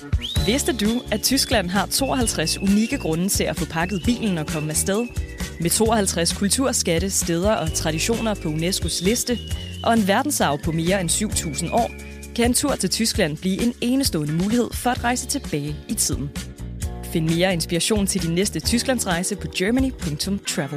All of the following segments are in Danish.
Vidste du, at Tyskland har 52 unikke grunde til at få pakket bilen og komme afsted? Med 52 kulturskatte, steder og traditioner på UNESCO's liste, og en verdensarv på mere end 7.000 år, kan en tur til Tyskland blive en enestående mulighed for at rejse tilbage i tiden. Find mere inspiration til din næste Tysklandsrejse på germany.travel.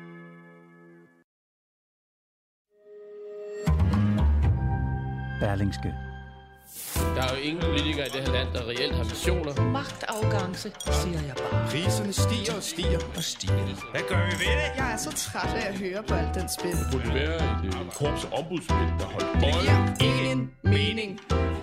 Berlingske. Der er jo ingen politikere i det her land, der reelt har missioner. Magtafgangse, siger jeg bare. Priserne stiger og stiger og stiger. Hvad gør vi ved det? Jeg er så træt af at høre på alt den spil. Det burde være et korps ombudsmænd, der holdt Det giver ingen mening.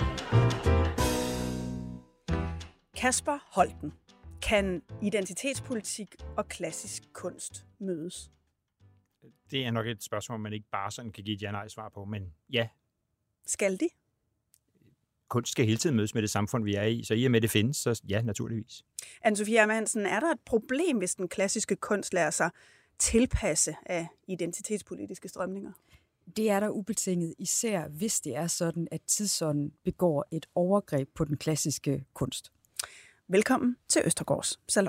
Kasper Holten. Kan identitetspolitik og klassisk kunst mødes? Det er nok et spørgsmål, man ikke bare sådan kan give et ja-nej-svar på, men ja. Skal de? Kunst skal hele tiden mødes med det samfund, vi er i, så i og med det findes, så ja, naturligvis. Anne-Sophie Hermann Hansen, er der et problem, hvis den klassiske kunst lader sig tilpasse af identitetspolitiske strømninger? Det er der ubetinget, især hvis det er sådan, at tidsånden begår et overgreb på den klassiske kunst. Velkommen til Østergaards Salon.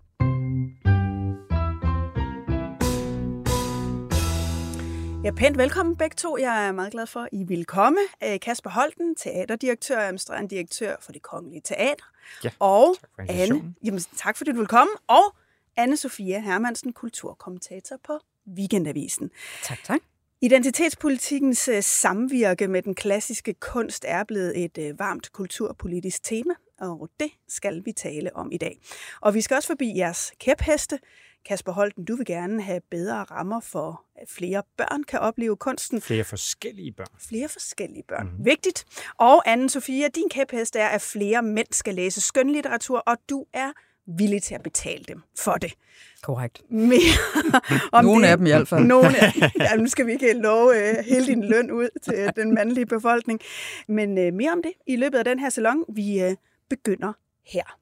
Ja, pænt velkommen begge to. Jeg er meget glad for, at I vil komme. Kasper Holten, teaterdirektør og administrerende direktør for Det Kongelige Teater. Ja, og tak for invitationen. Tak fordi du vil komme. Og Anne-Sophie Hermansen, kulturkommentator på Weekendavisen. Tak. Identitetspolitikkens samvirke med den klassiske kunst er blevet et varmt kulturpolitisk tema, og det skal vi tale om i dag. Og vi skal også forbi jeres kæpheste. Kasper Holten, du vil gerne have bedre rammer for, at flere børn kan opleve kunsten. Flere forskellige børn. Mm-hmm. Vigtigt. Og Anne-Sophie, din kæphest er, at flere mænd skal læse skønlitteratur, og du er villig til at betale dem for det. Korrekt. Mere om nogle af dem i hvert fald. Ja, nu skal vi ikke love hele din løn ud til den mandlige befolkning. Men mere om det i løbet af den her salon. Vi begynder her.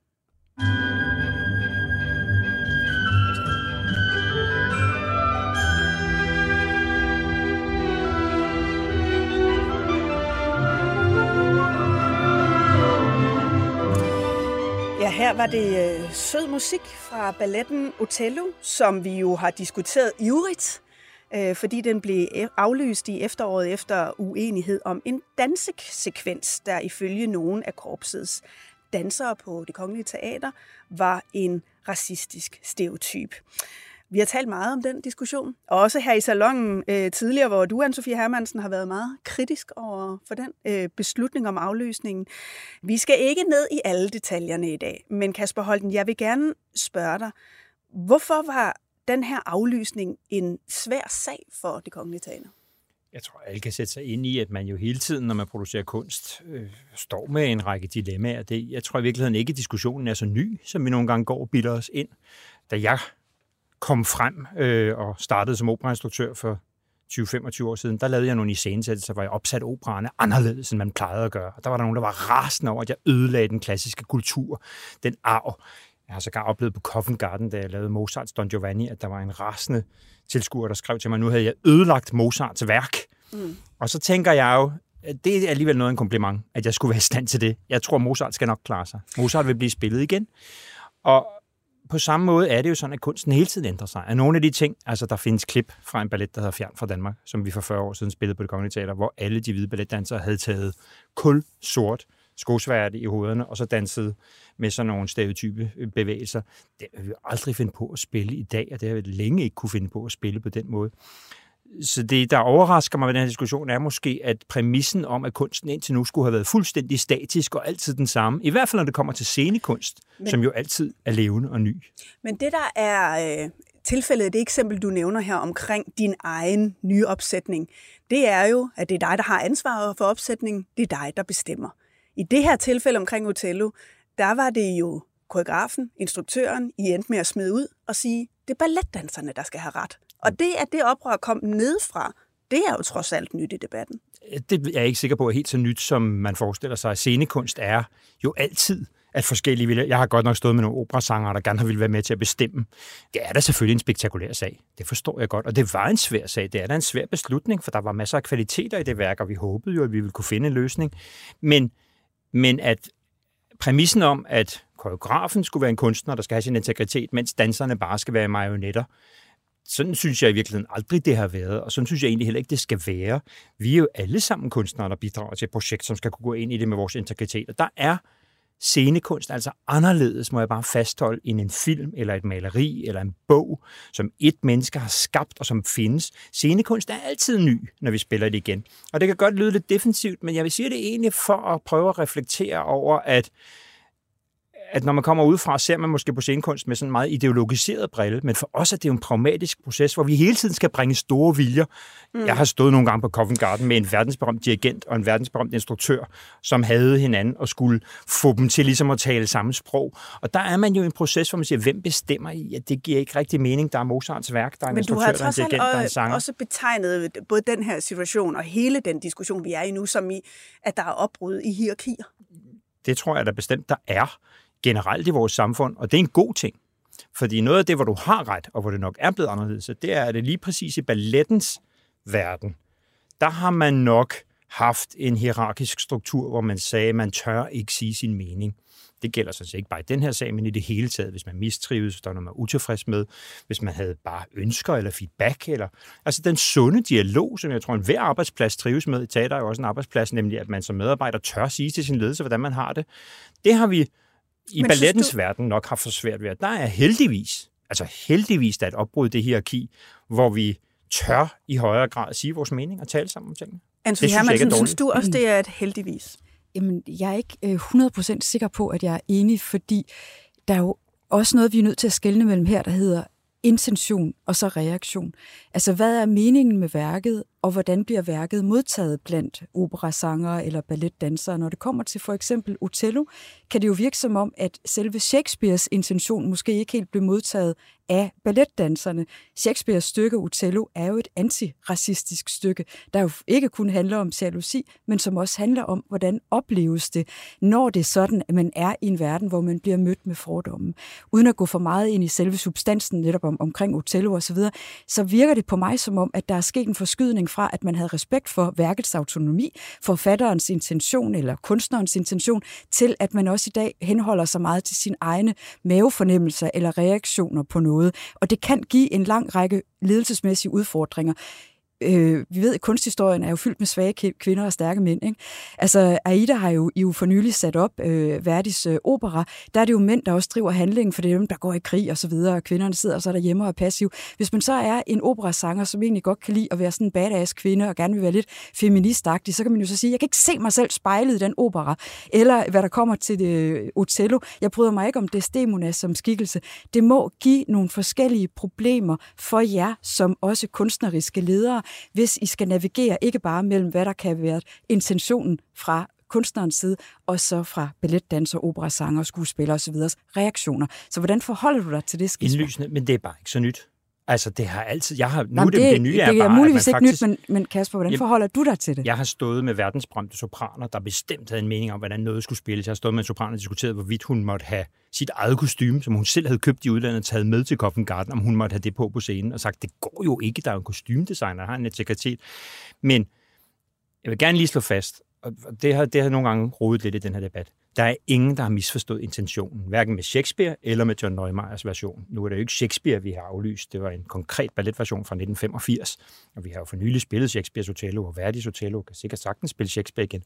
Ja, her var det sød musik fra balletten Otello, som vi jo har diskuteret ivrigt, fordi den blev aflyst i efteråret efter uenighed om en dansesekvens, der ifølge nogle af korpsets dansere på Det Kongelige Teater var en racistisk stereotyp. Vi har talt meget om den diskussion, og også her i salonen tidligere, hvor du, Anne-Sophie Hermansen, har været meget kritisk over for den beslutning om aflysningen. Vi skal ikke ned i alle detaljerne i dag, men Kasper Holten, jeg vil gerne spørge dig, hvorfor var den her aflysning en svær sag for Det Kongelige Teater? Jeg tror, alle kan sætte sig ind i, at man jo hele tiden, når man producerer kunst, står med en række dilemmaer. Jeg tror i virkeligheden ikke, at diskussionen er så ny, som vi nogle gange går og bilder os ind. Da jeg kom frem og startede som operainstruktør for 20-25 år siden, der lavede jeg nogle iscenesættelser, hvor jeg opsatte operaerne anderledes, end man plejede at gøre. Og der var der nogen, der var rasende over, at jeg ødelagde den klassiske kultur, den arv. Jeg har sågar oplevet på Covent Garden, da jeg lavede Mozarts Don Giovanni, at der var en rasende tilskuer, der skrev til mig, nu havde jeg ødelagt Mozarts værk. Og så tænker jeg jo, at det er alligevel noget af en kompliment, at jeg skulle være i stand til det. Jeg tror, Mozart skal nok klare sig. Mozart vil blive spillet igen. Og på samme måde er det jo sådan, at kunsten hele tiden ændrer sig. Af nogle af de ting, altså der findes klip fra en ballet, der hedder Fjern fra Danmark, som vi for 40 år siden spillede på Det Kongelige Teater, hvor alle de hvide balletdansere havde taget kulsort skosværte i hovederne, og så dansede med sådan nogle stereotype bevægelser. Det har vi aldrig finde på at spille i dag, og det har vi længe ikke kunne finde på at spille på den måde. Så det, der overrasker mig ved den her diskussion, er måske, at præmissen om, at kunsten indtil nu skulle have været fuldstændig statisk og altid den samme, i hvert fald når det kommer til scenekunst, som jo altid er levende og ny. Men det, der er tilfældet, det eksempel, du nævner her omkring din egen nye opsætning, det er jo, at det er dig, der har ansvaret for opsætningen, det er dig, der bestemmer. I det her tilfælde omkring Otello, der var det jo koreografen, instruktøren, I endte med at smide ud og sige, det er balletdanserne, der skal have ret. Og det, at det oprør kom nedefra, det er jo trods alt nyt i debatten. Det er jeg ikke sikker på er helt så nyt, som man forestiller sig. Scenekunst er jo altid at forskellige vil. Jeg har godt nok stået med nogle operasangere, der gerne har ville være med til at bestemme. Det er da selvfølgelig en spektakulær sag. Det forstår jeg godt. Og det var en svær sag. Det er da en svær beslutning, for der var masser af kvaliteter i det værk, og vi håbede jo, at vi ville kunne finde en løsning. Men at præmissen om, at koreografen skulle være en kunstner, der skal have sin integritet, mens danserne bare skal være marionetter, sådan synes jeg i virkeligheden aldrig, det har været, og sådan synes jeg egentlig heller ikke, det skal være. Vi er jo alle sammen kunstnere, der bidrager til et projekt, som skal kunne gå ind i det med vores integritet. Og der er scenekunst altså anderledes, må jeg bare fastholde, end en film, eller et maleri, eller en bog, som et menneske har skabt, og som findes. Scenekunst er altid ny, når vi spiller det igen. Og det kan godt lyde lidt defensivt, men jeg vil sige det egentlig for at prøve at reflektere over, at når man kommer udefra, ser man måske på scenekunst med sådan en meget ideologiseret brille, men for os er det jo en pragmatisk proces, hvor vi hele tiden skal bringe store viljer. Jeg har stået nogle gange på Covent Garden med en verdensberømt dirigent og en verdensberømt instruktør, som havde hinanden og skulle få dem til ligesom at tale samme sprog. Og der er man jo i en proces, hvor man siger, hvem bestemmer i, at det giver ikke rigtig mening. Der er Mozarts værk, der er en instruktør, der er en dirigent, der er en sanger. Men du har også betegnet både den her situation og hele den diskussion, vi er i nu, som i, at der er opbrud i hierarkier. Det tror jeg da bestemt, der er generelt i vores samfund, og det er en god ting. Fordi noget af det, hvor du har ret, og hvor det nok er blevet anderledes, det er, at det lige præcis i ballettens verden, der har man nok haft en hierarkisk struktur, hvor man sagde, at man tør ikke sige sin mening. Det gælder sådan set ikke bare i den her sag, men i det hele taget, hvis man mistrives, hvis der er noget, man er utilfreds med, hvis man havde bare ønsker eller feedback, eller altså den sunde dialog, som jeg tror, en hver arbejdsplads trives med. I teater er jo også en arbejdsplads, nemlig at man som medarbejder tør sige til sin ledelse, hvordan man har det. Det har vi i ballettens verden nok har for svært ved. Der er heldigvis der er et opbrud i det hierarki, hvor vi tør i højere grad sige vores mening og tale sammen om tingene. Anne-Sophie Hermansen, synes du også, det er et heldigvis? Jamen, jeg er ikke 100% sikker på, at jeg er enig, fordi der er jo også noget, vi er nødt til at skelne mellem her, der hedder intention og så reaktion. Altså, hvad er meningen med værket, og hvordan bliver værket modtaget blandt operasangere eller balletdansere? Når det kommer til for eksempel Otello, kan det jo virke som om, at selve Shakespeares intention måske ikke helt blev modtaget af balletdanserne. Shakespeares stykke Otello er jo et antiracistisk stykke, der jo ikke kun handler om jalousi, men som også handler om, hvordan opleves det, når det er sådan, at man er i en verden, hvor man bliver mødt med fordomme. Uden at gå for meget ind i selve substansen, netop omkring Otello osv., så virker det på mig som om, at der er sket en forskydning fra, at man havde respekt for værkets autonomi, forfatterens intention eller kunstnerens intention, til at man også i dag henholder sig meget til sine egne mavefornemmelser eller reaktioner på noget. Og det kan give en lang række ledelsesmæssige udfordringer. Vi ved, at kunsthistorien er jo fyldt med svage kvinder og stærke mænd. Ikke? Altså, Aida har jo for nylig sat op Verdis opera. Der er det jo mænd, der også driver handlingen, for det er dem, der går i krig og så videre, og kvinderne sidder så derhjemme og er passiv. Hvis man så er en operasanger, som egentlig godt kan lide at være sådan en badass kvinde, og gerne vil være lidt feministagtig, så kan man jo så sige, jeg kan ikke se mig selv spejlet i den opera. Eller hvad der kommer til det Otello. Jeg bryder mig ikke om Desdemona som skikkelse. Det må give nogle forskellige problemer for jer, som også kunstneriske ledere, hvis I skal navigere ikke bare mellem, hvad der kan være intentionen fra kunstnerens side, og så fra balletdanser, operasanger, skuespillere osv. reaktioner. Så hvordan forholder du dig til det skisma? Indlysende, men det er bare ikke så nyt. Altså, det har altid... det nye er bare, muligvis ikke faktisk, nyt, men Kasper, hvordan forholder du dig til det? Jeg har stået med verdensberømte sopraner, der bestemt havde en mening om, hvordan noget skulle spilles. Jeg har stået med en sopran og diskuteret, hvorvidt hun måtte have sit eget kostume, som hun selv havde købt i udlandet, taget med til Covent Garden, om hun måtte have det på scenen, og sagt, det går jo ikke, der er en kostumedesigner, der har en integritet. Men jeg vil gerne lige slå fast, og det har nogle gange rodet lidt i den her debat. Der er ingen, der har misforstået intentionen, hverken med Shakespeare eller med John Neumeyers version. Nu er det jo ikke Shakespeare, vi har aflyst. Det var en konkret balletversion fra 1985, og vi har jo for nylig spillet Shakespeares Otello, og Verdis Otello kan sikkert sagtens spille Shakespeare igen.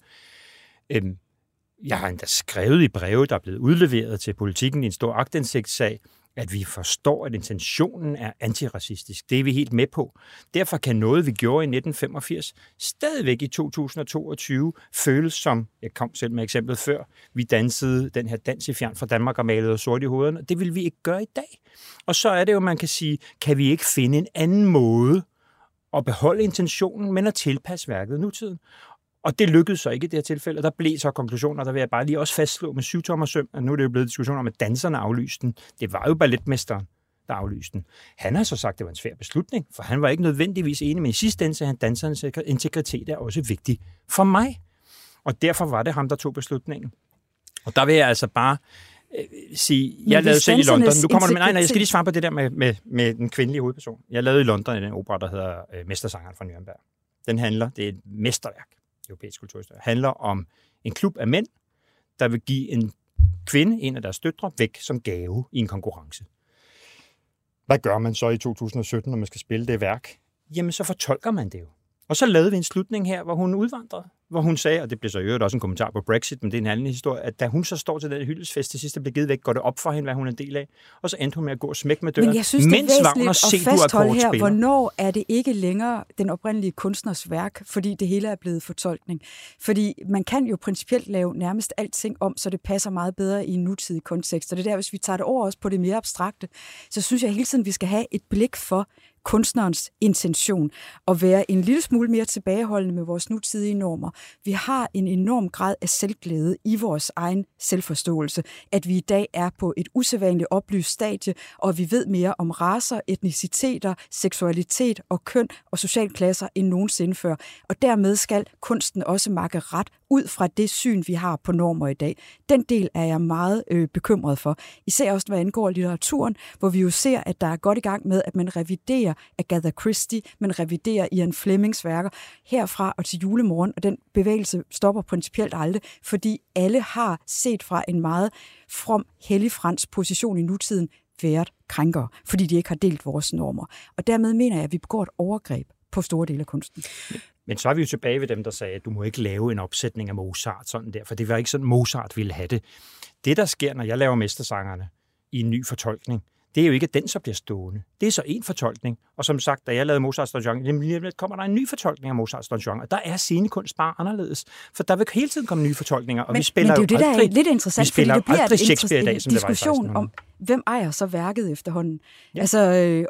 Jeg har endda skrevet i breve, der er blevet udleveret til Politikken i en stor aktindsigtssag, at vi forstår, at intentionen er antiracistisk. Det er vi helt med på. Derfor kan noget, vi gjorde i 1985, stadigvæk i 2022 føles som, jeg kom selv med eksemplet før, vi dansede den her dans i fjern fra Danmark og malede sort i hovederne. Det vil vi ikke gøre i dag. Og så er det jo, man kan sige, kan vi ikke finde en anden måde at beholde intentionen, men at tilpasse værket nutiden? Og det lykkedes så ikke i det her tilfælde, og der blev så konklusioner, der vil jeg bare lige også fastslå med 7-tommersøm, at nu er det jo blevet diskussioner om, at danserne aflyste den. Det var jo balletmesteren, der aflyste den. Han har så sagt, at det var en svær beslutning, for han var ikke nødvendigvis enig, men i sidste ende sagde han, at dansernes integritet er også vigtig for mig. Og derfor var det ham, der tog beslutningen. Og der vil jeg altså bare sige, jeg lavede selv i London. Nu kommer nej, jeg skal lige svare på det der med den kvindelige hovedperson. Jeg lavede i London en opera, der hedder Mestersangeren fra Nürnberg. Den handler, det er et mesterværk, europæisk kulturhistorie, handler om en klub af mænd, der vil give en kvinde, en af deres døtre, væk som gave i en konkurrence. Hvad gør man så i 2017, når man skal spille det værk? Jamen, så fortolker man det jo. Og så lavede vi en slutning her, hvor hun udvandrede, hvor hun sagde, og det blev så i øvrigt også en kommentar på Brexit, men det er en anden historie, at da hun så står til den hyldesfest til sidst, der blev givet væk, går det op for hende, hvad hun er en del af, og så endte hun med at gå og smække med døren. Men jeg synes, det er væsentligt at fastholde her, spiller. Hvornår er det ikke længere den oprindelige kunstners værk, fordi det hele er blevet fortolkning. Fordi man kan jo principielt lave nærmest alting om, så det passer meget bedre i en nutidig kontekst. Og det der, hvis vi tager det over også på det mere abstrakte, så synes jeg hele tiden, vi skal have et blik for kunstnerens intention og være en lille smule mere tilbageholdende med vores nutidige normer. Vi har en enorm grad af selvglæde i vores egen selvforståelse, at vi i dag er på et usædvanligt oplyst stadie, og vi ved mere om racer, etniciteter, seksualitet og køn og socialklasser end nogensinde før. Og dermed skal kunsten også makke ret ud fra det syn, vi har på normer i dag. Den del er jeg meget bekymret for. Især også, hvad angår litteraturen, hvor vi jo ser, at der er godt i gang med, at man reviderer Agatha Christie, man reviderer Ian Flemings værker herfra og til julemorgen, og den bevægelse stopper principielt aldrig, fordi alle har set fra en meget from, hellig fransk position i nutiden været krænkere, fordi de ikke har delt vores normer. Og dermed mener jeg, at vi begår et overgreb på store dele af kunsten. Men så er vi jo tilbage ved dem, der sagde, at du må ikke lave en opsætning af Mozart sådan der, for det var ikke sådan, Mozart ville have det. Det, der sker, når jeg laver Mestersangerne i en ny fortolkning, det er jo ikke, at den så bliver stående. Det er så en fortolkning. Og som sagt, da jeg lavede Mozarts Don Juan, kommer der en ny fortolkning af Mozarts Don Juan, og der er scenekunst bare anderledes. For der vil hele tiden komme nye fortolkninger, og vi spiller men det er jo det, der er lidt interessant, fordi det bliver en diskussion om, hvem ejer så værket efterhånden. Ja. Altså,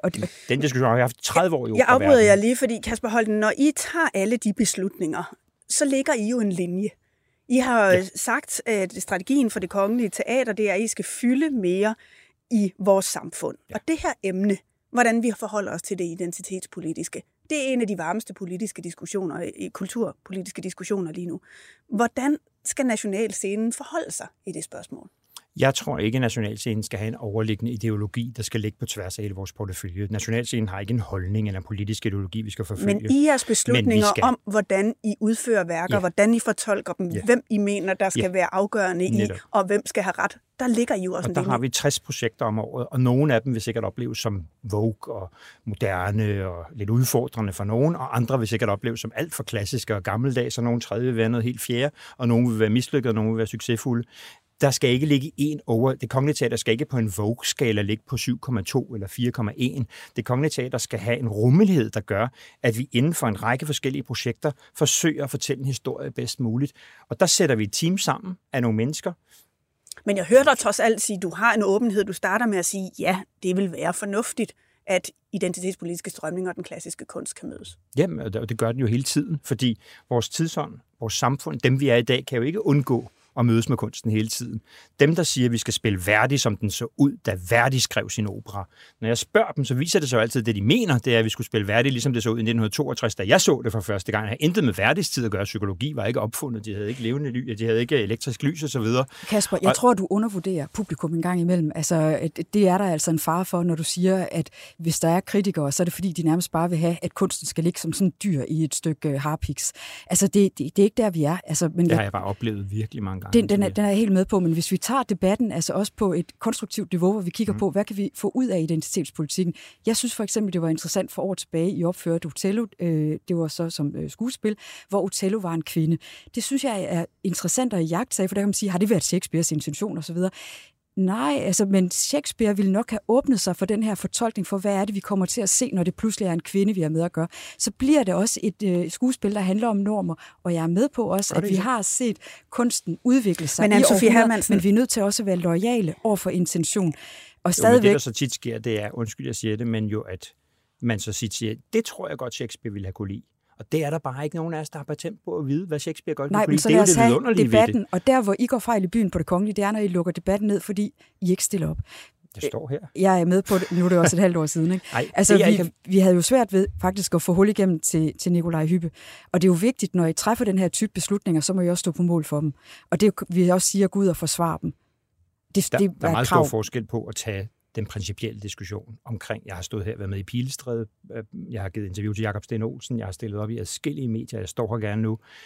den diskussion har vi haft 30 år i Jeg afbryder jer lige, fordi Kasper Holten, når I tager alle de beslutninger, så ligger I jo en linje. I har sagt, at strategien for Det Kongelige Teater, det er, at I skal fylde mere i vores samfund. Ja. Og det her emne, hvordan vi forholder os til det identitetspolitiske, det er en af de varmeste politiske diskussioner, kulturpolitiske diskussioner lige nu. Hvordan skal nationalscenen forholde sig i det spørgsmål? Jeg tror ikke, at nationalscenen skal have en overliggende ideologi, der skal ligge på tværs af hele vores portefølje. Nationalscenen har ikke en holdning eller en politisk ideologi, vi skal forfølge. Men i jeres beslutninger om, hvordan I udfører værker, hvordan I fortolker dem, hvem I mener, der skal være afgørende i, og hvem skal have ret, der ligger I jo også og der har vi 60 projekter om året, og nogle af dem vil sikkert opleves som Vogue og moderne og lidt udfordrende for nogen, og andre vil sikkert opleves som alt for klassiske og gammeldags, og nogle tredje vil være noget helt fjerde, og nogle vil være mislykket, og nogle vil være succesfulde. Der skal ikke ligge en over. Det Kongelige Teater skal ikke på en Vogue-skala ligge på 7,2 eller 4,1. Det Kongelige Teater skal have en rummelighed, der gør, at vi inden for en række forskellige projekter forsøger at fortælle en historie bedst muligt. Og der sætter vi et team sammen af nogle mennesker. Men jeg hørte dig trods alt sige, at du har en åbenhed. Du starter med at sige, ja, det vil være fornuftigt, at identitetspolitiske strømninger og den klassiske kunst kan mødes. Jamen, og det gør den jo hele tiden, fordi vores tidsånd, vores samfund, dem vi er i dag, kan jo ikke undgå og mødes med kunsten hele tiden. Dem, der siger, at vi skal spille Verdi, som den så ud, da Verdi skrev sin opera. Når jeg spørger dem, så viser det sig jo altid, det de mener, det er, at vi skulle spille Verdi, ligesom det så ud i 1962, da jeg så det for første gang. Jeg har intet med Verdis tid at gøre. Psykologi var ikke opfundet. De havde ikke levende lys, de havde ikke elektrisk lys og så videre. Kasper, jeg tror, du undervurderer publikum en gang imellem. Altså, det er der altså en fare for, når du siger, at hvis der er kritikere, så er det fordi, de nærmest bare vil have, at kunsten skal ligge som sådan et dyr i et stykke harpiks. Altså, det er ikke der, vi er. Altså, men det har jeg bare oplevet virkelig mange gange. Den er jeg helt med på, men hvis vi tager debatten altså også på et konstruktivt niveau, hvor vi kigger på, hvad kan vi få ud af identitetspolitikken. Jeg synes for eksempel, det var interessant for år tilbage, I opførte Otello, det var så som skuespil, hvor Otello var en kvinde. Det synes jeg er interessant at jagtage, for der kan man sige, har det været Shakespeares intention osv.? Nej, altså, men Shakespeare ville nok have åbnet sig for den her fortolkning for, hvad er det, vi kommer til at se, når det pludselig er en kvinde, vi har med at gøre. Så bliver det også et skuespil, der handler om normer, og jeg er med på også, at vi har set kunsten udvikle sig men i århundreder, men vi er nødt til også at være loyale over for intention. Og stadigvæk... det, der så tit sker, det er, undskyld, jeg siger det, men jo, at man så tit siger, det tror jeg godt, Shakespeare ville have kunne lide. Og det er der bare ikke nogen af os, der har patent på at vide, hvad Shakespeare godt kunne lide. Det er jo det vidunderlige debatten, og der, hvor I går fejl i byen på Det Kongelige, det er, når I lukker debatten ned, fordi I ikke stiller op. Det står her. Jeg er med på det. Nu er det også et halvt år siden. Ikke? Ej, altså, vi havde jo svært ved faktisk at få hul igennem til Nikolaj Hübbe. Og det er jo vigtigt, når I træffer den her type beslutninger, så må I også stå på mål for dem. Og det vil også sige at gå ud og forsvare dem. Der er meget stor forskel på at tage den principielle diskussion omkring. Jeg har stået her og været med i Pilestræde. Jeg har givet interview til Jakob Sten Olsen. Jeg har stillet op i adskillige medier. Jeg står her gerne nu.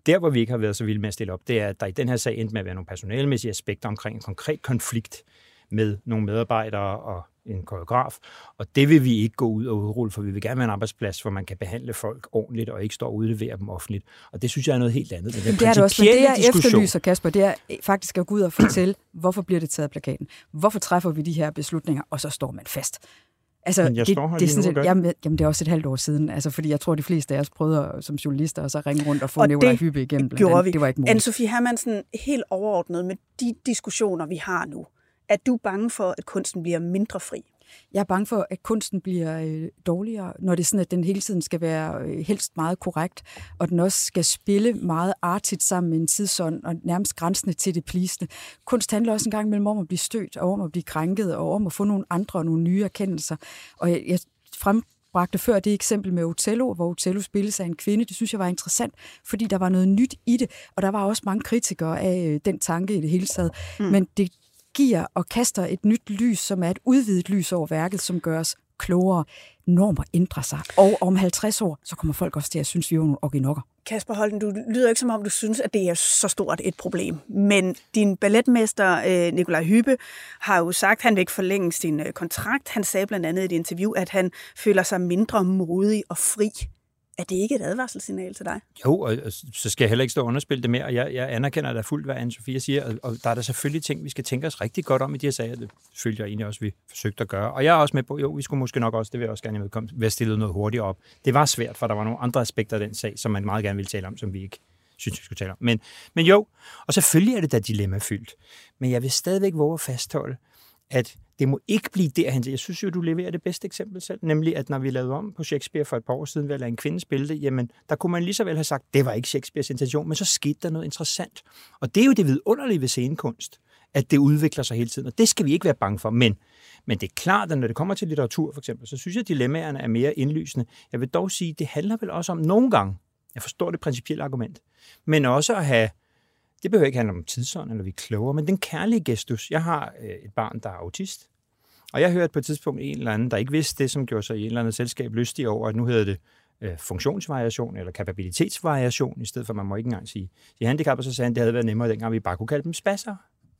Der, hvor vi ikke har været så vilde med at stille op, det er, at der i den her sag endte med at være nogle personalemæssige aspekter omkring en konkret konflikt med nogle medarbejdere og en koreograf, og det vil vi ikke gå ud og udrulle, for vi vil gerne have en arbejdsplads, hvor man kan behandle folk ordentligt og ikke stå og udlevere dem offentligt. Og det synes jeg er noget helt andet. Det er det også, men det jeg efterlyser, Kasper, det er faktisk at gå ud og fortælle, hvorfor bliver det taget af plakaten? Hvorfor træffer vi de her beslutninger, og så står man fast? Altså, men jeg står her lige nu, jamen, det er også et halvt år siden, altså, fordi jeg tror, de fleste af os prøvede som journalister og så ringe rundt og få Nicolaj Hübbe igennem. Gjorde vi. Det var ikke muligt. Anne-Sophie Hermansen, helt overordnet med de diskussioner, vi har nu, er du bange for, at kunsten bliver mindre fri? Jeg er bange for, at kunsten bliver dårligere, når det er sådan, at den hele tiden skal være helst meget korrekt, og den også skal spille meget artigt sammen med en tidsånd, og nærmest grænsende til det pleasende. Kunst handler også en gang imellem om at blive stødt, og om at blive krænket, og om at få nogle andre og nogle nye erkendelser. Og jeg frembragte før det eksempel med Otello, hvor Otello spilles af en kvinde. Det synes jeg var interessant, fordi der var noget nyt i det, og der var også mange kritikere af den tanke i det hele taget. Men det giver og kaster et nyt lys, som er et udvidet lys over værket, som gør os klogere. Normer ændrer sig, og om 50 år, så kommer folk også til at synes, at vi er nogle orginokker. Kasper Holten, du lyder ikke som om, du synes, at det er så stort et problem. Men din balletmester, Nicolaj Hübbe, har jo sagt, at han vil ikke forlænge sin kontrakt. Han sagde blandt andet i et interview, at han føler sig mindre modig og fri. Er det ikke et advarselssignal til dig? Jo, og så skal jeg heller ikke stå og underspille det mere, og jeg anerkender da fuldt, hvad Anne-Sophie siger, og der er der selvfølgelig ting, vi skal tænke os rigtig godt om i de her sager. Det følger jeg egentlig også, vi forsøgte at gøre. Og jeg er også med på, jo, vi skulle måske nok også, det vil jeg også gerne imødekomme, være stillet noget hurtigere op. Det var svært, for der var nogle andre aspekter af den sag, som man meget gerne ville tale om, som vi ikke synes, vi skulle tale om. Men jo, og selvfølgelig er det da dilemmafyldt. Men jeg vil stadigvæk våge at fastholde, at det må ikke blive derhen. Jeg synes jo, du leverer det bedste eksempel selv, nemlig at når vi lavede om på Shakespeare for et par år siden ved at lade en kvinde spille det, jamen der kunne man lige så vel have sagt, det var ikke Shakespeares intention, men så skete der noget interessant. Og det er jo det vidunderlige ved scenekunst, at det udvikler sig hele tiden, og det skal vi ikke være bange for. Men det er klart, at når det kommer til litteratur for eksempel, så synes jeg, at dilemmaerne er mere indlysende. Jeg vil dog sige, at det handler vel også om nogle gange, jeg forstår det principielle argument, men også at have, det behøver ikke handle om tidsånd, eller vi er klogere, men den kærlige gestus. Jeg har et barn, der er autist, og jeg hørte på et tidspunkt en eller anden, der ikke vidste det, som gjorde sig i en eller anden selskab lystig over, at nu hedder det funktionsvariation eller kapabilitetsvariation, i stedet for, man må ikke engang sige de handicapper, så sagde han, det havde været nemmere dengang, vi bare kunne kalde dem spasser.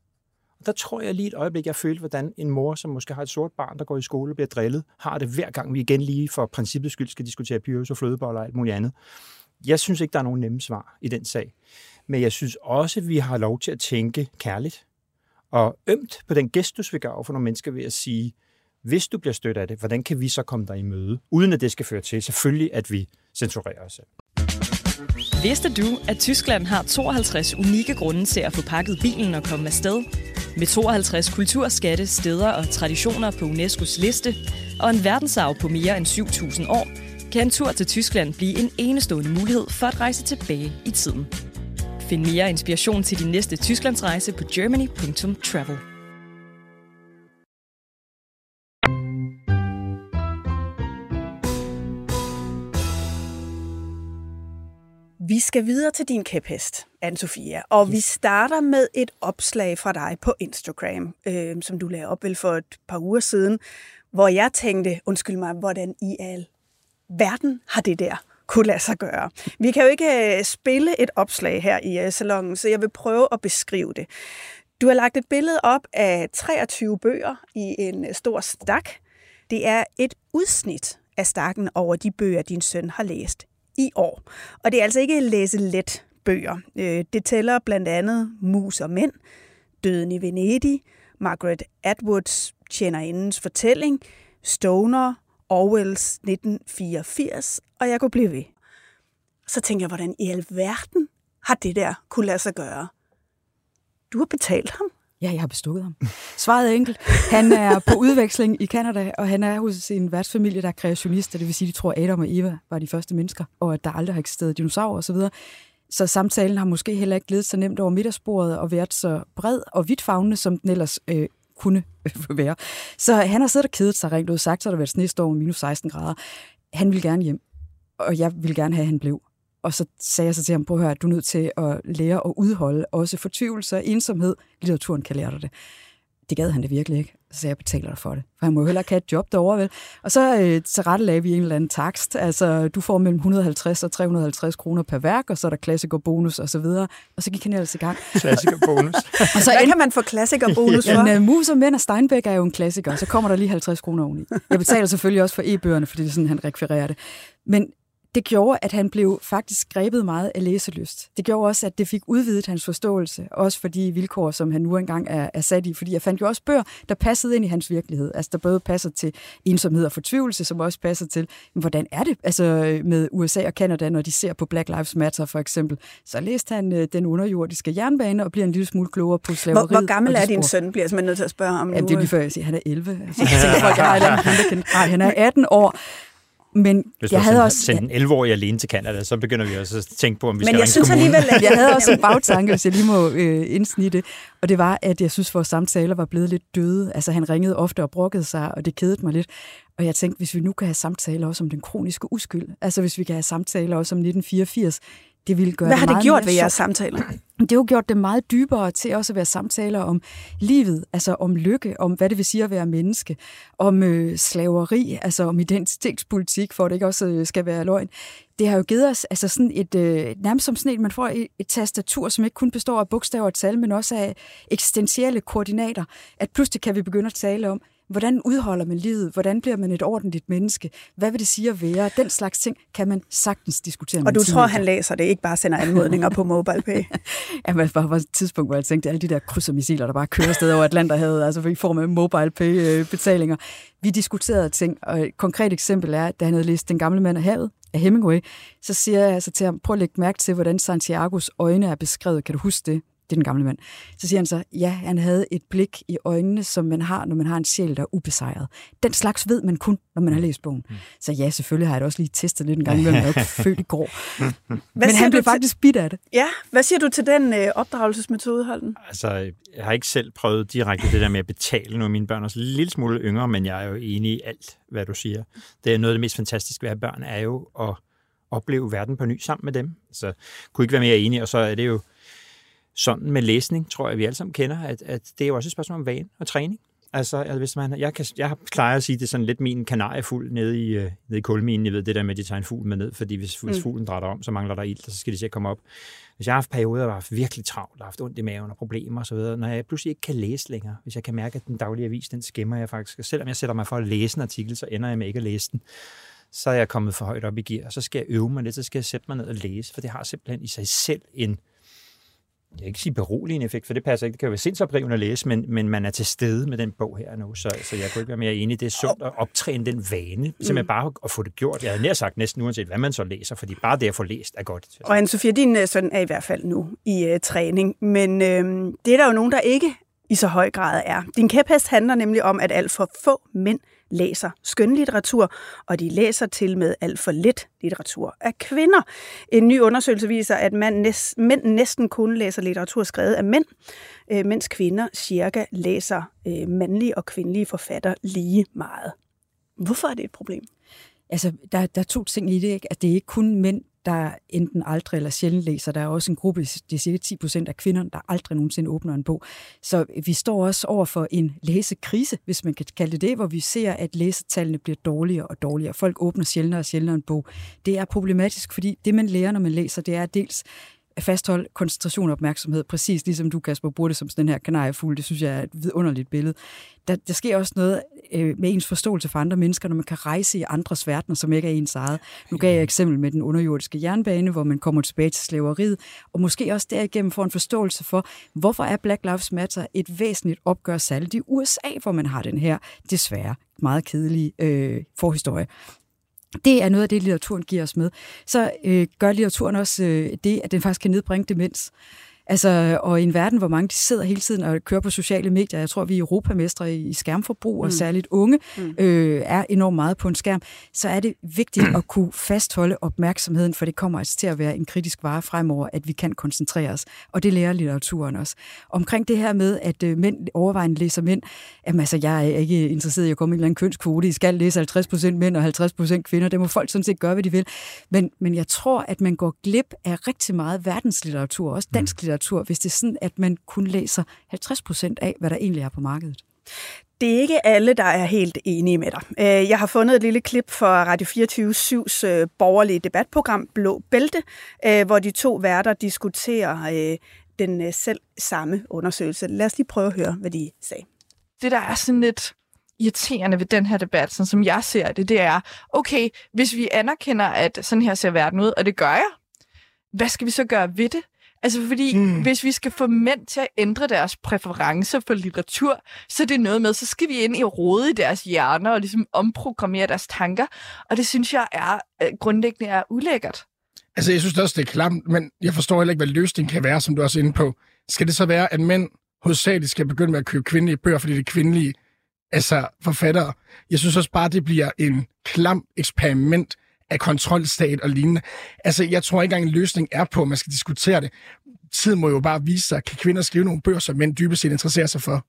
Og der tror jeg lige et øjeblik, jeg følte, hvordan en mor, som måske har et sort barn, der går i skole og bliver drillet, har det hver gang, vi igen lige for princippets skyld skal diskutere pyrus og flødeboller og alt muligt andet. Jeg synes ikke, der er nogen nemme svar i den sag. Men jeg synes også, at vi har lov til at tænke kærligt og ømt på den gestus, vi gør over for nogle mennesker ved at sige, hvis du bliver stødt af det, hvordan kan vi så komme dig i møde? Uden at det skal føre til, selvfølgelig, at vi censurerer os selv. Vidste du, at Tyskland har 52 unikke grunde til at få pakket bilen og komme afsted? Med 52 kulturskatte, steder og traditioner på UNESCO's liste, og en verdensarv på mere end 7.000 år, kan en tur til Tyskland blive en enestående mulighed for at rejse tilbage i tiden. Find mere inspiration til din næste Tysklandsrejse på germany.travel. Vi skal videre til din kæphest, Anne-Sophie, og vi starter med et opslag fra dig på Instagram, som du lagde op vel for et par uger siden, hvor jeg tænkte, undskyld mig, hvordan i al verden har det der kunne lade sig gøre. Vi kan jo ikke spille et opslag her i salonen, så jeg vil prøve at beskrive det. Du har lagt et billede op af 23 bøger i en stor stak. Det er et udsnit af stakken over de bøger, din søn har læst i år. Og det er altså ikke læse-let bøger. Det tæller blandt andet Mus og Mænd, Døden i Venedig, Margaret Atwoods Tjenerindens fortælling, Stoner, Orwells 1984, og jeg kunne blive ved. Så tænker jeg, hvordan i alverden har det der kunne lade sig gøre? Du har betalt ham? Ja, jeg har bestukket ham. Svaret er enkelt. Han er på udveksling i Canada, og han er hos en værtsfamilie, der er kreationister. Det vil sige, de tror, at Adam og Eva var de første mennesker, og at der aldrig har eksisteret dinosaurer osv. Så samtalen har måske heller ikke glædet så nemt over middagsbordet og været så bred og vidtfavnende, som den ellers kunne være. Så han har siddet og kedet sig rent ud sagt, så har der været snestorm minus 16 grader. Han ville gerne hjem, og jeg ville gerne have, at han blev. Og så sagde jeg så til ham, prøv at høre, du er nødt til at lære at udholde også fortvivlelse og ensomhed. Litteraturen kan lære dig det. det gad han det virkelig ikke. Så jeg betaler dig for det. For han må jo heller ikke have et job derovre, vel? Og så rettelagde vi en eller anden takst. Altså, du får mellem 150 og 350 kroner per værk, og så er der klassikerbonus og så videre. Og så gik han ellers i gang. Klassikerbonus. Og så kan man få klassikerbonus for? En Mus og Mænd og Steinbeck er jo en klassiker, så kommer der lige 50 kroner oveni. Jeg betaler selvfølgelig også for e-bøgerne, fordi det er sådan, han rekvirerer det. Men det gjorde, at han blev faktisk grebet meget af læselyst. Det gjorde også, at det fik udvidet hans forståelse, også for de vilkår, som han nu engang er sat i. Fordi jeg fandt jo også bøger, der passede ind i hans virkelighed. Altså, der både passer til ensomhed og fortvivlelse, som også passer til, hvordan er det altså med USA og Canada, når de ser på Black Lives Matter for eksempel. Så læste han Den underjordiske jernbane og bliver en lille smule klogere på slaveriet. Hvor gammel er din søn, bliver jeg simpelthen nødt til at spørge ham nu? Jamen, det er lige før, jeg siger, han er 11. Altså, han er 18 år. Men hvis jeg havde også sendt en 11-årig alene til Canada, så begynder vi også at tænke på, om vi skal ringe til kommunen. Men jeg synes alligevel, at jeg havde også en bagtanke, hvis jeg lige må indsnitte, og det var, at jeg synes, at vores samtaler var blevet lidt døde. Altså, han ringede ofte og brokkede sig, og det kedede mig lidt. Og jeg tænkte, hvis vi nu kan have samtaler også om den kroniske uskyld, altså hvis vi kan have samtaler også om 1984, det ville gøre. Hvad har det gjort ved jeres samtaler? Det har jo gjort det meget dybere til også at være samtaler om livet, altså om lykke, om hvad det vil sige at være menneske, om slaveri, altså om identitetspolitik, for at det ikke også skal være løgn. Det har jo givet os altså sådan et, nærmest som sådan et, man får et tastatur, som ikke kun består af bogstaver og tal, men også af eksistentielle koordinater, at pludselig kan vi begynde at tale om, hvordan udholder man livet? Hvordan bliver man et ordentligt menneske? Hvad vil det sige at være? Den slags ting kan man sagtens diskutere. Og du tror, han læser det, ikke bare sender anmodninger på MobilePay? Jamen, bare et tidspunkt, hvor jeg tænkte, alle de der krydsermissiler, der bare kører afsted over Atlanterhavet, altså i form af MobilePay-betalinger. Vi diskuterede ting, og et konkret eksempel er, da han havde læst Den gamle mand af havet af Hemingway, så siger jeg altså til ham, prøv at lægge mærke til, hvordan Santiagos øjne er beskrevet. Kan du huske det? Det er den gamle mand. Så siger han så, ja, han havde et blik i øjnene, som man har, når man har en sjæl, der er ubesejret. Den slags ved man kun, når man har læst bogen. Så ja, selvfølgelig har jeg da også lige testet lidt en gang, men jeg er jo ikke født i går. Men han blev faktisk bidt af det. Ja, hvad siger du til den opdragelsesmetode, Holden? Altså, jeg har ikke selv prøvet direkte det der med at betale. Nu er mine børn også en lille smule yngre, men jeg er jo enig i alt, hvad du siger. Det er noget af det mest fantastiske ved at have børn, er jo at opleve verden på ny sammen med dem. Så kunne ikke være mere enig, og så er det jo sådan med læsning, tror jeg, vi alle sammen kender, at det er jo også et spørgsmål om vane og træning. Altså, hvis jeg plejer at sige, det er sådan lidt min kanariefugl nede i kulminen. Jeg ved det der med, at de tager en fugl med ned, fordi hvis fuglen drætter om, så mangler der ilt, og så skal de se at komme op. Hvis jeg har haft perioder, hvor jeg har haft virkelig travlt, og haft ondt i maven og problemer osv., når jeg pludselig ikke kan læse længere, hvis jeg kan mærke, at den daglige avis, den skæmmer jeg faktisk. Og selvom jeg sætter mig for at læse en artikel, så ender jeg med ikke at læse den. Så er jeg kommet for højt op i gear, og så skal jeg øve mig lidt, så skal jeg sætte mig ned og læse, for det har simpelthen i sig selv en, jeg kan ikke sige beroligende effekt, for det passer ikke. Det kan jo være sindsoprivende at læse, men man er til stede med den bog her nu, så jeg kunne ikke være mere enig. Det er sundt at optræne den vane, simpelthen bare at få det gjort. Jeg havde nær sagt næsten uanset, hvad man så læser, fordi bare det at få læst er godt. Og Anne-Sophia, din søn er i hvert fald nu i træning, men det er der jo nogen, der ikke i så høj grad er. Din kæphest handler nemlig om, at alt for få mænd læser skønlitteratur, og de læser til med alt for lidt litteratur af kvinder. En ny undersøgelse viser, at mænd næsten kun læser litteratur skrevet af mænd, mens kvinder cirka læser mandlige og kvindelige forfattere lige meget. Hvorfor er det et problem? Altså, der er to ting i det, ikke? At det er ikke kun mænd, der enten aldrig eller sjældent læser. Der er også en gruppe, det er cirka 10% af kvinderne, der aldrig nogensinde åbner en bog. Så vi står også over for en læsekrise, hvis man kan kalde det, hvor vi ser, at læsetallene bliver dårligere og dårligere. Folk åbner sjældnere og sjældnere en bog. Det er problematisk, fordi det, man lærer, når man læser, det er dels at fastholde koncentration og opmærksomhed, præcis ligesom du, Kasper, bruger det som sådan den her kanariefugl. Det synes jeg er et vidunderligt billede. Der sker også noget med ens forståelse for andre mennesker, når man kan rejse i andres verdener, som ikke er ens eget. Nu gav jeg et eksempel med den underjordiske jernbane, hvor man kommer tilbage til slaveriet, og måske også derigennem får en forståelse for, hvorfor er Black Lives Matter et væsentligt opgør, særligt i USA, hvor man har den her desværre meget kedelige forhistorie. Det er noget af det, litteraturen giver os med. Så gør litteraturen også det, at den faktisk kan nedbringe demens. Altså, og i en verden, hvor mange de sidder hele tiden og kører på sociale medier, jeg tror, vi er europamestre i skærmforbrug, og særligt unge er enormt meget på en skærm, så er det vigtigt at kunne fastholde opmærksomheden, for det kommer altså til at være en kritisk vare fremover, at vi kan koncentrere os. Og det lærer litteraturen også. Omkring det her med, at mænd overvejende læser mænd, jamen altså, jeg er ikke interesseret i at komme i en eller anden kønskvote. I skal læse 50% mænd og 50% kvinder. Det må folk sådan set gøre, hvad de vil. Men jeg tror, at man går glip af rigtig meget verdenslitteratur, også dansk litteratur, litteratur, hvis det er sådan, at man kun læser 50% af, hvad der egentlig er på markedet? Det er ikke alle, der er helt enige med dig. Jeg har fundet et lille klip fra Radio 24/7's borgerlige debatprogram Blå Bælte, hvor de to værter diskuterer den selv samme undersøgelse. Lad os lige prøve at høre, hvad de sagde. Det, der er sådan lidt irriterende ved den her debat, sådan som jeg ser det, det er, okay, hvis vi anerkender, at sådan her ser verden ud, og det gør jeg, hvad skal vi så gøre ved det? Altså fordi, hvis vi skal få mænd til at ændre deres præferencer for litteratur, så er det noget med, så skal vi ind i rode i deres hjerner og ligesom omprogrammere deres tanker, og det synes jeg grundlæggende er ulækkert. Altså, jeg synes også, det er klamt, men jeg forstår heller ikke, hvad løsningen kan være, som du også er inde på. Skal det så være, at mænd hovedsageligt skal begynde med at købe kvindelige bøger, fordi det er kvindelige forfattere? Jeg synes også bare, det bliver en klam eksperiment af kontrolstat og lignende. Altså, jeg tror ikke engang, en løsning er på, at man skal diskutere det. Tiden må jo bare vise sig, kan kvinder skrive nogle bøger, som mænd dybest set interesserer sig for?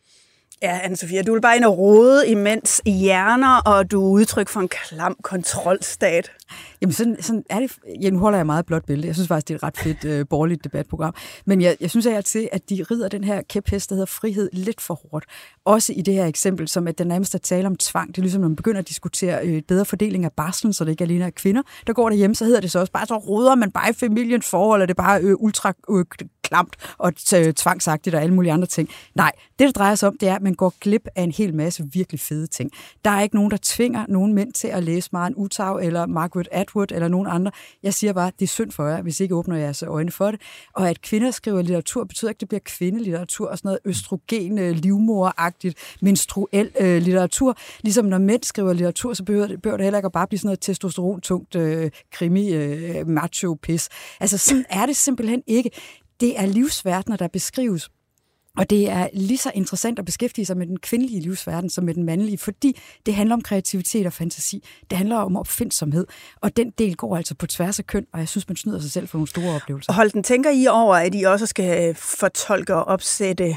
Ja, Anne-Sophia, du vil bare ind og rode i mænds hjerner, og du er udtryk for en klam kontrolstat. Jamen sådan er det. Ja, nu holder jeg meget Blåt Bælte. Jeg synes faktisk, det er et ret fedt borgerligt debatprogram. Men jeg synes altid, at de rider den her kæphest, der hedder frihed, lidt for hårdt. Også i det her eksempel, som at den nærmest er tale om tvang. Det er ligesom, når man begynder at diskutere bedre fordeling af barslen, så det ikke alene er kvinder, der går derhjemme, så hedder det så også bare, så roder man bare i familiens forhold, og det er bare ultra klamt og tvangsagtigt og alle mulige andre ting. Nej, det drejer sig om, det er, at man går glip af en hel masse virkelig fede ting. Der er ikke nogen, der tvinger nogen mænd til at læse Maren Uthaug eller Margaret Atwood eller nogen andre. Jeg siger bare, det er synd for jer, hvis I ikke åbner jeres øjne for det. Og at kvinder skriver litteratur, betyder ikke, at det bliver kvindelitteratur og sådan noget østrogen, livmoragtigt, menstruel litteratur. Ligesom når mænd skriver litteratur, så behøver det heller ikke at bare blive sådan noget testosterontungt krimi, macho-pis. Altså sådan er det simpelthen ikke. Det er livsverdener, der beskrives. Og det er lige så interessant at beskæftige sig med den kvindelige livsverden som med den mandlige, fordi det handler om kreativitet og fantasi. Det handler om opfindsomhed, og den del går altså på tværs af køn, og jeg synes, man snyder sig selv for nogle store oplevelser. Holden, tænker I over, at I også skal fortolke og opsætte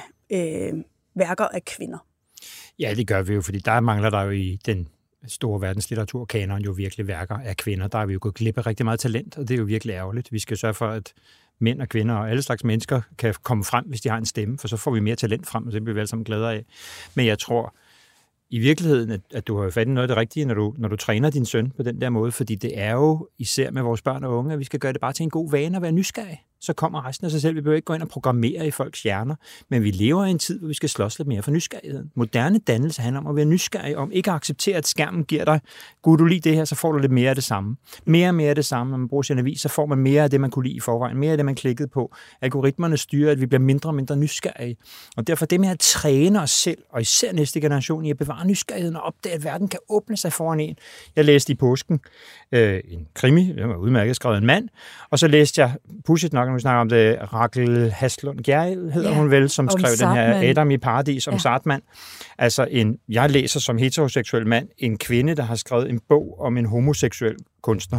værker af kvinder? Ja, det gør vi jo, fordi der mangler der jo i den store verdenslitteraturkanon jo virkelig værker af kvinder. Der er vi jo gået glip af rigtig meget talent, og det er jo virkelig ærgerligt. Vi skal sørge for, at mænd og kvinder og alle slags mennesker kan komme frem, hvis de har en stemme, for så får vi mere talent frem, og det bliver vi alle sammen glæder af. Men jeg tror i virkeligheden, at du har fat i noget af det rigtige, når du træner din søn på den der måde, fordi det er jo især med vores børn og unge, at vi skal gøre det bare til en god vane at være nysgerrig. Så kommer resten af sig selv. Vi behøver ikke gå ind og programmere i folks hjerner, men vi lever i en tid, hvor vi skal slås lidt mere for nysgerrigheden. Moderne dannelse handler om at være nysgerrig, om ikke at acceptere, at skærmen giver dig, gud, du lide det her, så får du lidt mere af det samme. Mere og mere af det samme. Når man bruger sin avis, så får man mere af det, man kunne lide i forvejen. Mere af det, man klikkede på. Algoritmerne styrer, at vi bliver mindre og mindre nysgerrige. Og derfor det med at træne os selv, og især næste generation, i at bevare nysgerrigheden og opdage, at verden kan åbne sig foran en. Jeg læste i påsken en krimi, den var udmærket skrevet en mand, og så læste jeg, pudsigt nok, når vi snakker om det, Rakel Haslund Gjerrild hedder hun vel, som skrev Sartman. Den her Adam i Paradis om Sartman. Altså jeg læser som heteroseksuel mand en kvinde, der har skrevet en bog om en homoseksuel kunstner.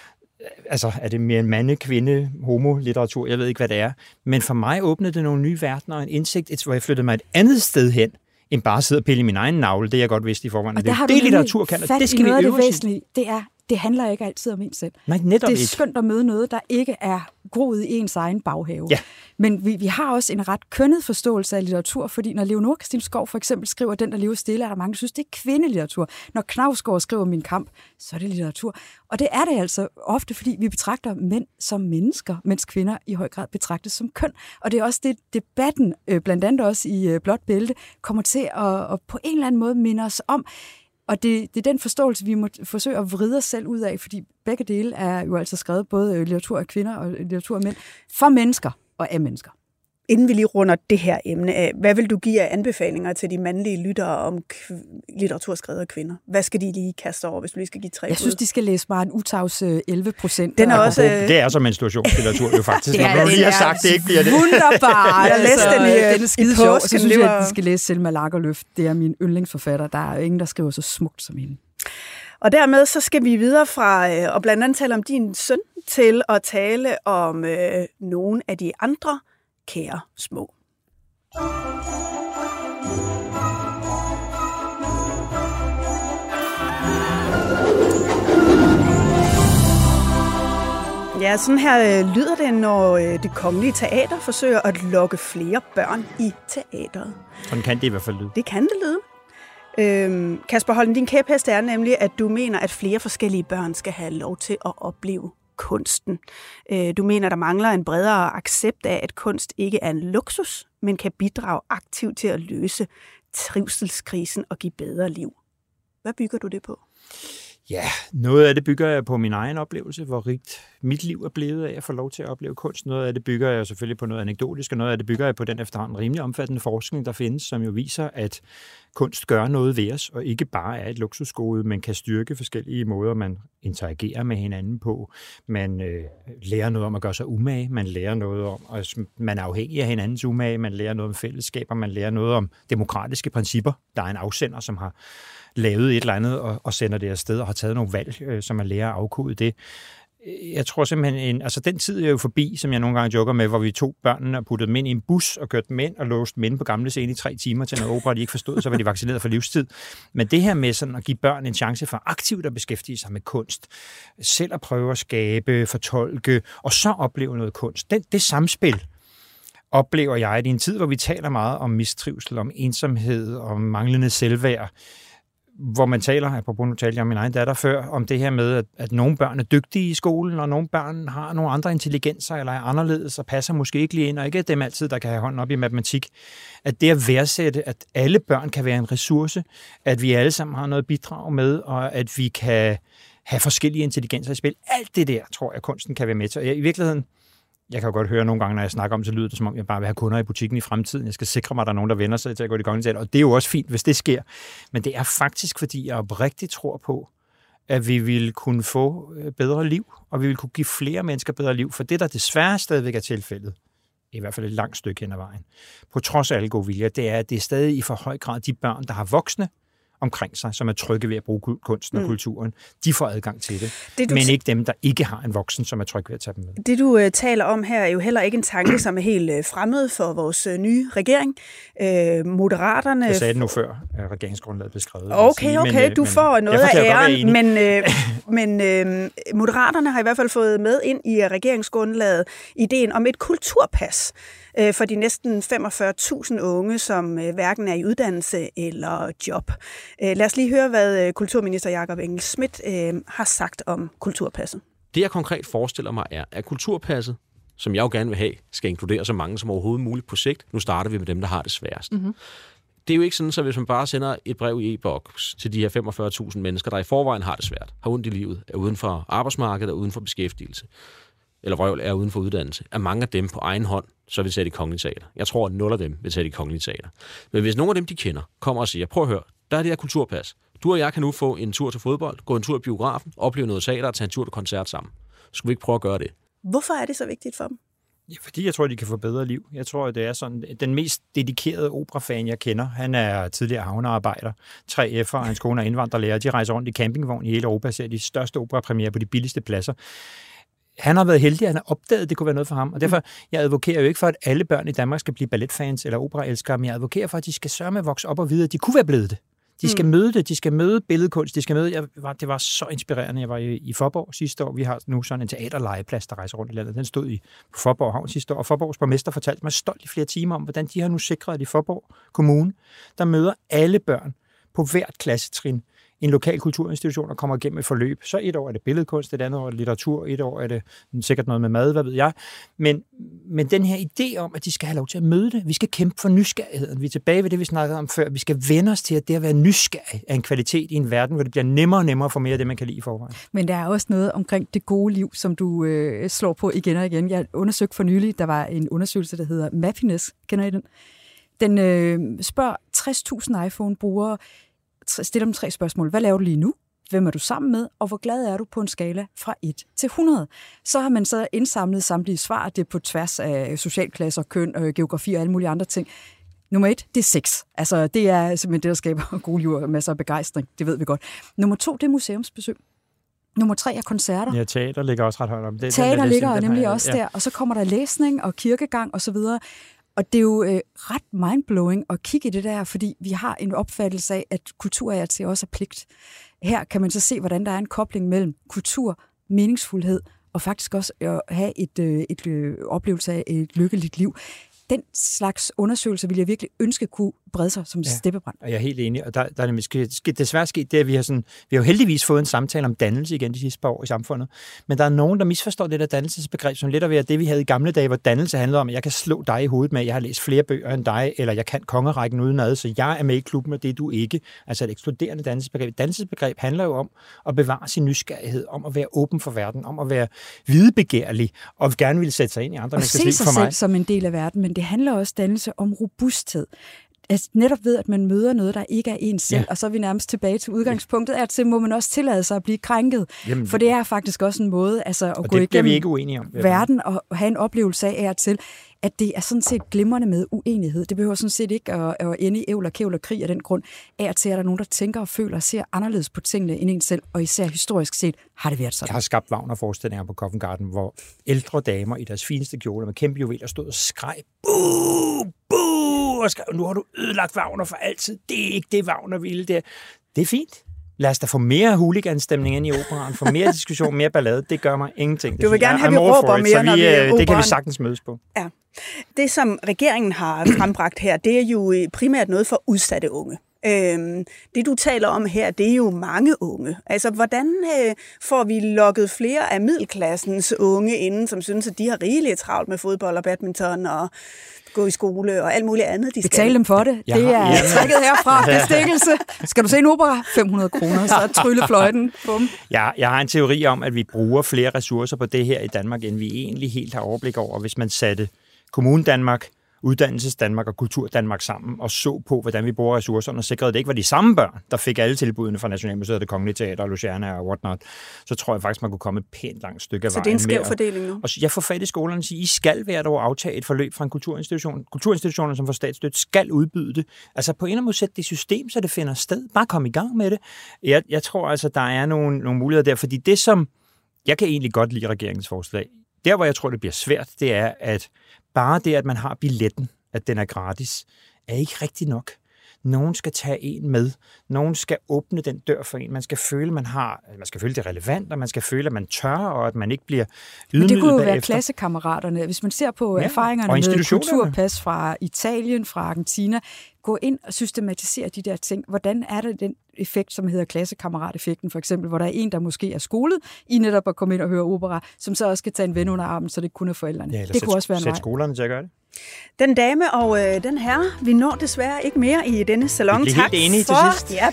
Altså, er det mere en mande-kvinde, homo-litteratur? Jeg ved ikke, hvad det er. Men for mig åbnede det nogle nye verdener og en indsigt, hvor jeg flyttede mig et andet sted hen, end bare at sidde og pille i min egen navle, det jeg godt vidste i forvejen. Og det litteratur kan, og det skal vi øve os i. Det handler ikke altid om en selv. Nej, netop det er skønt at møde noget, der ikke er groet i ens egen baghave. Ja. Men vi har også en ret kønnet forståelse af litteratur, fordi når Leonora Christine Skov for eksempel skriver Den, der lever stille, er der mange, der synes, det er kvindelitteratur. Når Knausgård skriver Min kamp, så er det litteratur. Og det er det altså ofte, fordi vi betragter mænd som mennesker, mens kvinder i høj grad betragtes som køn. Og det er også det, debatten, blandt andet også i Blåt Bælte, kommer til at på en eller anden måde minde os om. Og det er den forståelse, vi må forsøge at vride os selv ud af, fordi begge dele er jo altså skrevet både litteratur af kvinder og litteratur af mænd, for mennesker og af mennesker. Inden vi lige runder det her emne af, hvad vil du give af anbefalinger til de mandlige lyttere om litteratur skrevet af kvinder? Hvad skal de lige kaste over, hvis du lige skal give 3 Jeg synes, de skal læse Maren Uthaugs 11%. Den er også... Det er så menstruationslitteratur jo faktisk. Når du lige har sagt, det ikke bliver det. Wunderbar! Jeg læste den er skide sjov. Så synes jeg, at de skal læse Selma Lagerlöf. Det er min yndlingsforfatter. Der er ingen, der skriver så smukt som hende. Og dermed så skal vi videre fra at blandt andet tale om din søn til at tale om nogle af de andre kære små. Ja, Ja, sådan her lyder det, når Det Kongelige Teater forsøger at lokke flere børn i teateret. Sådan kan det i hvert fald lyde. Det kan det lyde. Kasper Holten, din kæphest er nemlig, at du mener, at flere forskellige børn skal have lov til at opleve kunsten. Du mener, der mangler en bredere accept af, at kunst ikke er en luksus, men kan bidrage aktivt til at løse trivselskrisen og give bedre liv. Hvad bygger du det på? Ja, noget af det bygger jeg på min egen oplevelse, hvor rigt mit liv er blevet af at få lov til at opleve kunst. Noget af det bygger jeg selvfølgelig på noget anekdotisk, og noget af det bygger jeg på den efterhånden rimelig omfattende forskning, der findes, som jo viser, at kunst gør noget ved os, og ikke bare er et luksusgode, men kan styrke forskellige måder, man interagerer med hinanden på. Man lærer noget om at gøre sig umage, man lærer noget om, at man er afhængig af hinandens umage, man lærer noget om fællesskaber, man lærer noget om demokratiske principper. Der er en afsender, som har lavet et eller andet og sender det afsted og har taget nogle valg, som man lærer at afkode det. Jeg tror simpelthen, den tid er jo forbi, som jeg nogle gange joker med, hvor vi tog børnene og puttede dem ind i en bus og kørte dem ind og låste dem inde på gamle scene i 3 timer til noget opera, de ikke forstod, så var de vaccineret for livstid. Men det her med sådan at give børn en chance for aktivt at beskæftige sig med kunst, selv at prøve at skabe, fortolke og så opleve noget kunst, det samspil oplever jeg, at i en tid, hvor vi taler meget om mistrivsel, om ensomhed, om manglende selvværd, hvor man taler, apropos nu talte jeg om min egen datter før, om det her med, at nogle børn er dygtige i skolen, og nogle børn har nogle andre intelligenser, eller er anderledes, og passer måske ikke lige ind, og ikke dem altid, der kan have hånden op i matematik. At det at værdsætte, at alle børn kan være en ressource, at vi alle sammen har noget bidrag med, og at vi kan have forskellige intelligenser i spil. Alt det der, tror jeg, kunsten kan være med til. Og i virkeligheden, jeg kan jo godt høre nogle gange, når jeg snakker om, så lyder det, som om jeg bare vil have kunder i butikken i fremtiden. Jeg skal sikre mig, at der er nogen, der vender sig til at gå i Det Kongelige Teater, og det er jo også fint, hvis det sker. Men det er faktisk, fordi jeg oprigtigt tror på, at vi ville kunne få bedre liv, og vi ville kunne give flere mennesker bedre liv. For det, der desværre stadigvæk er tilfældet, i hvert fald et langt stykke hen ad vejen, på trods af alle gode viljer, det er, at det er stadig i for høj grad de børn, der har voksne omkring sig, som er trygge ved at bruge kunsten og kulturen, de får adgang til det. Men ikke dem, der ikke har en voksen, som er tryg ved at tage dem med. Det, du taler om her, er jo heller ikke en tanke, som er helt fremmed for vores nye regering. Moderaterne... Jeg sagde det nu før, at regeringsgrundlaget blev skrevet. Okay, du får noget af æren, men Moderaterne har i hvert fald fået med ind i regeringsgrundlaget ideen om et kulturpas for de næsten 45.000 unge, som hverken er i uddannelse eller job. Lad os lige høre, hvad kulturminister Jakob Engel-Schmidt har sagt om kulturpasset. Det, jeg konkret forestiller mig, er, at kulturpasset, som jeg jo gerne vil have, skal inkludere så mange som overhovedet muligt på sigt. Nu starter vi med dem, der har det sværest. Mm-hmm. Det er jo ikke sådan, så hvis man bare sender et brev i e-boks til de her 45.000 mennesker, der i forvejen har det svært, har ondt i livet, er uden for arbejdsmarkedet og uden for beskæftigelse, eller er uden for uddannelse, er mange af dem på egen hånd, så vil tage Det Kongelige Teater. Jeg tror, at 0 af dem vil tage Det Kongelige Teater. Men hvis nogle af dem, de kender, kommer og siger, prøv at høre, der er det her kulturpas. Du og jeg kan nu få en tur til fodbold, gå en tur i biografen, opleve noget teater og tage en tur til koncert sammen. Skulle vi ikke prøve at gøre det? Hvorfor er det så vigtigt for dem? Ja, fordi jeg tror, de kan få bedre liv. Jeg tror, det er sådan, den mest dedikerede operafan, jeg kender, han er tidligere havnearbejder, 3F'er, og hans kone er indvandrerlærer. De rejser rundt i campingvogn i hele Europa, ser de største operapremierer på de billigste pladser. Han har været heldig, at han har opdaget, at det kunne være noget for ham. Og derfor, jeg advokerer jo ikke for, at alle børn i Danmark skal blive balletfans eller operaelskere, men jeg advokerer for, at de skal sørge med at vokse op og vide, at de kunne være blevet det. De skal møde det, de skal møde billedkunst, de skal møde... Det var så inspirerende. Jeg var i Faaborg sidste år. Vi har nu sådan en teaterlegeplads, der rejser rundt i landet. Den stod på Faaborg Havn sidste år, og Faaborgs borgmester fortalte mig stolt i flere timer om, hvordan de har nu sikret, at i Faaborg Kommune, der møder alle børn på hvert klassetrin en lokal kulturinstitution, der kommer igennem et forløb. Så et år er det billedkunst, et andet år er det litteratur, et år er det sikkert noget med mad, hvad ved jeg. Men den her idé om, at de skal have lov til at møde det, vi skal kæmpe for nysgerrigheden. Vi er tilbage ved det, vi snakkede om før. Vi skal vende os til, at det at være nysgerrig er en kvalitet i en verden, hvor det bliver nemmere og nemmere for mere af det, man kan lide i forvejen. Men der er også noget omkring det gode liv, som du slår på igen og igen. Jeg undersøgte for nylig, der var en undersøgelse, der hedder Mappiness. Kender I den? Den spørger 60.000 iPhone-brugere, stiller dem 3 spørgsmål. Hvad laver du lige nu? Hvem er du sammen med? Og hvor glad er du på en skala fra 1 til 100? Så har man så indsamlet samtlige svar. Det er på tværs af socialklasser, køn, geografi og alle mulige andre ting. Nummer 1, det er sex. Altså, det er simpelthen det, der skaber gode liv og masser af begejstring. Det ved vi godt. Nummer 2, det er museumsbesøg. Nummer 3 er koncerter. Ja, teater ligger også ret højt om. Teater ligger nemlig også der. Og så kommer der læsning og kirkegang osv. Og det er jo ret mindblowing at kigge i det der, fordi vi har en opfattelse af, at kultur er altså også pligt. Her kan man så se, hvordan der er en kobling mellem kultur, meningsfuldhed og faktisk også at have et oplevelse af et lykkeligt liv. Den slags undersøgelser ville jeg virkelig ønske kunne brede sig som steppebrand. Og jeg er helt enig, og der er nemlig desværre sket det, at vi har jo heldigvis fået en samtale om dannelse igen de sidste par år i samfundet, men der er nogen, der misforstår det der dannelsesbegreb, som lidt er ved det, vi havde i gamle dage, hvor dannelse handlede om, at jeg kan slå dig i hovedet med, at jeg har læst flere bøger end dig, eller jeg kan kongerækken udenad, så jeg er med i klubben, og det er du ikke. Altså et ekskluderende dannelsesbegreb. Dannelsesbegreb handler jo om at bevare sin nysgerrighed, om at være åben for verden, om at være videbegærlig, og gerne vil sætte sig ind i andre menneskers liv for mig. Og se sig selv som en del af verden, men det handler også dannelse om robusthed. Altså, netop ved, at man møder noget, der ikke er ens selv, og så er vi nærmest tilbage til udgangspunktet, at så må man også tillade sig at blive krænket. Jamen, for det er faktisk også en måde at gå igennem vi ikke uenige om. Verden og have en oplevelse af til, at det er sådan set glimrende med uenighed. Det behøver sådan set ikke at ende i ævl og kævl og krig af den grund, af til, at der er nogen, der tænker og føler og ser anderledes på tingene end en selv, og især historisk set har det været sådan. Jeg har skabt Wagner-forestillinger på Covent Garden, hvor ældre damer i deres fineste kjoler med kæmpe juveler stod og skreg, buh, buh, og skrev, nu har du ødelagt Wagner for altid. Det er ikke det, Wagner ville. Det er fint. Lad os da få mere hooliganstemning ind i operaen, få mere diskussion, mere ballade. Det gør mig ingenting. Du vil gerne have, vi råber mere, når vi er operaen. Det kan vi sagtens mødes på. Ja. Det, som regeringen har frembragt her, det er jo primært noget for udsatte unge. Det, du taler om her, det er jo mange unge. Altså, hvordan får vi lokket flere af middelklassens unge inden, som synes, at de har rigeligt travlt med fodbold og badminton og gå i skole og alt muligt andet, de skal. Betal dem for det. Det er trækket herfra. Bestikkelse. Skal du se en opera? 500 kroner, så tryllefløjten. Bum. Ja, jeg har en teori om, at vi bruger flere ressourcer på det her i Danmark, end vi egentlig helt har overblik over, hvis man satte Kommune Danmark, Uddannelses Danmark og Kultur Danmark sammen og så på, hvordan vi bruger ressourcerne og sikrede, at det ikke var de samme børn, der fik alle tilbudene fra Nationalmuseet, Det Kongelige Teater, Luciana og whatnot, så tror jeg faktisk, man kunne komme et pænt langt stykke af vejen. Så det er en skæv fordeling nu? Og jeg får fat i skolerne og siger, I skal hvert år aftage et forløb fra en kulturinstitution. Kulturinstitutioner, som får statsstøtte, skal udbyde det. Altså på en eller anden måde sætte det system, så det finder sted. Bare kom i gang med det. Jeg tror altså, der er nogle muligheder der, fordi det, som jeg kan egentlig godt lide regeringens forslag, der hvor jeg tror, det bliver svært, det er, at bare det, at man har billetten, at den er gratis, er ikke rigtig nok. Nogen skal tage en med. Nogen skal åbne den dør for en. Man skal føle, man skal føle det relevant, og man skal føle, at man tør, og at man ikke bliver ydmyget bagefter. Men det kunne jo være klassekammeraterne. Hvis man ser på erfaringerne med kulturpas fra Italien, fra Argentina, gå ind og systematisere de der ting. Hvordan er det den effekt, som hedder klassekammerat-effekten, for eksempel, hvor der er en, der måske er skolet i netop at komme ind og høre opera, som så også skal tage en ven under armen, så det kun er forældrene. Ja, det kunne også være en vej. Sæt skolerne til at gøre det. Den dame og den herre, vi når desværre ikke mere i denne salon. Tak helt enige til sidst. Ja,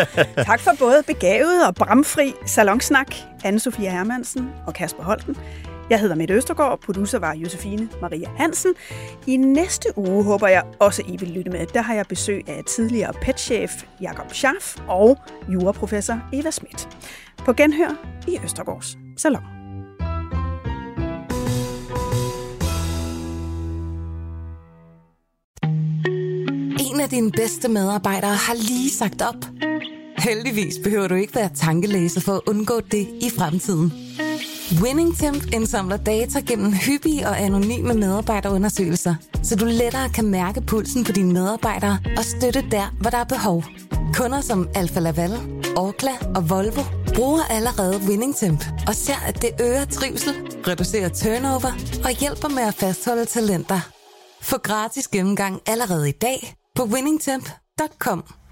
tak for både begavet og bramfri salonsnak, Anne-Sophie Hermansen og Kasper Holten. Jeg hedder Mette Østergaard, producer var Josefine Maria Hansen. I næste uge håber jeg også, I vil lytte med. Der har jeg besøg af tidligere petchef Jakob Schaff og juraprofessor Eva Schmidt. På genhør i Østergaards Salon. En af dine bedste medarbejdere har lige sagt op. Heldigvis behøver du ikke være tankelæser for at undgå det i fremtiden. WinningTemp indsamler data gennem hyppige og anonyme medarbejderundersøgelser, så du lettere kan mærke pulsen på dine medarbejdere og støtte der, hvor der er behov. Kunder som Alfa Laval, Orkla og Volvo bruger allerede WinningTemp og ser, at det øger trivsel, reducerer turnover og hjælper med at fastholde talenter. Få gratis gennemgang allerede i dag på winningtemp.com.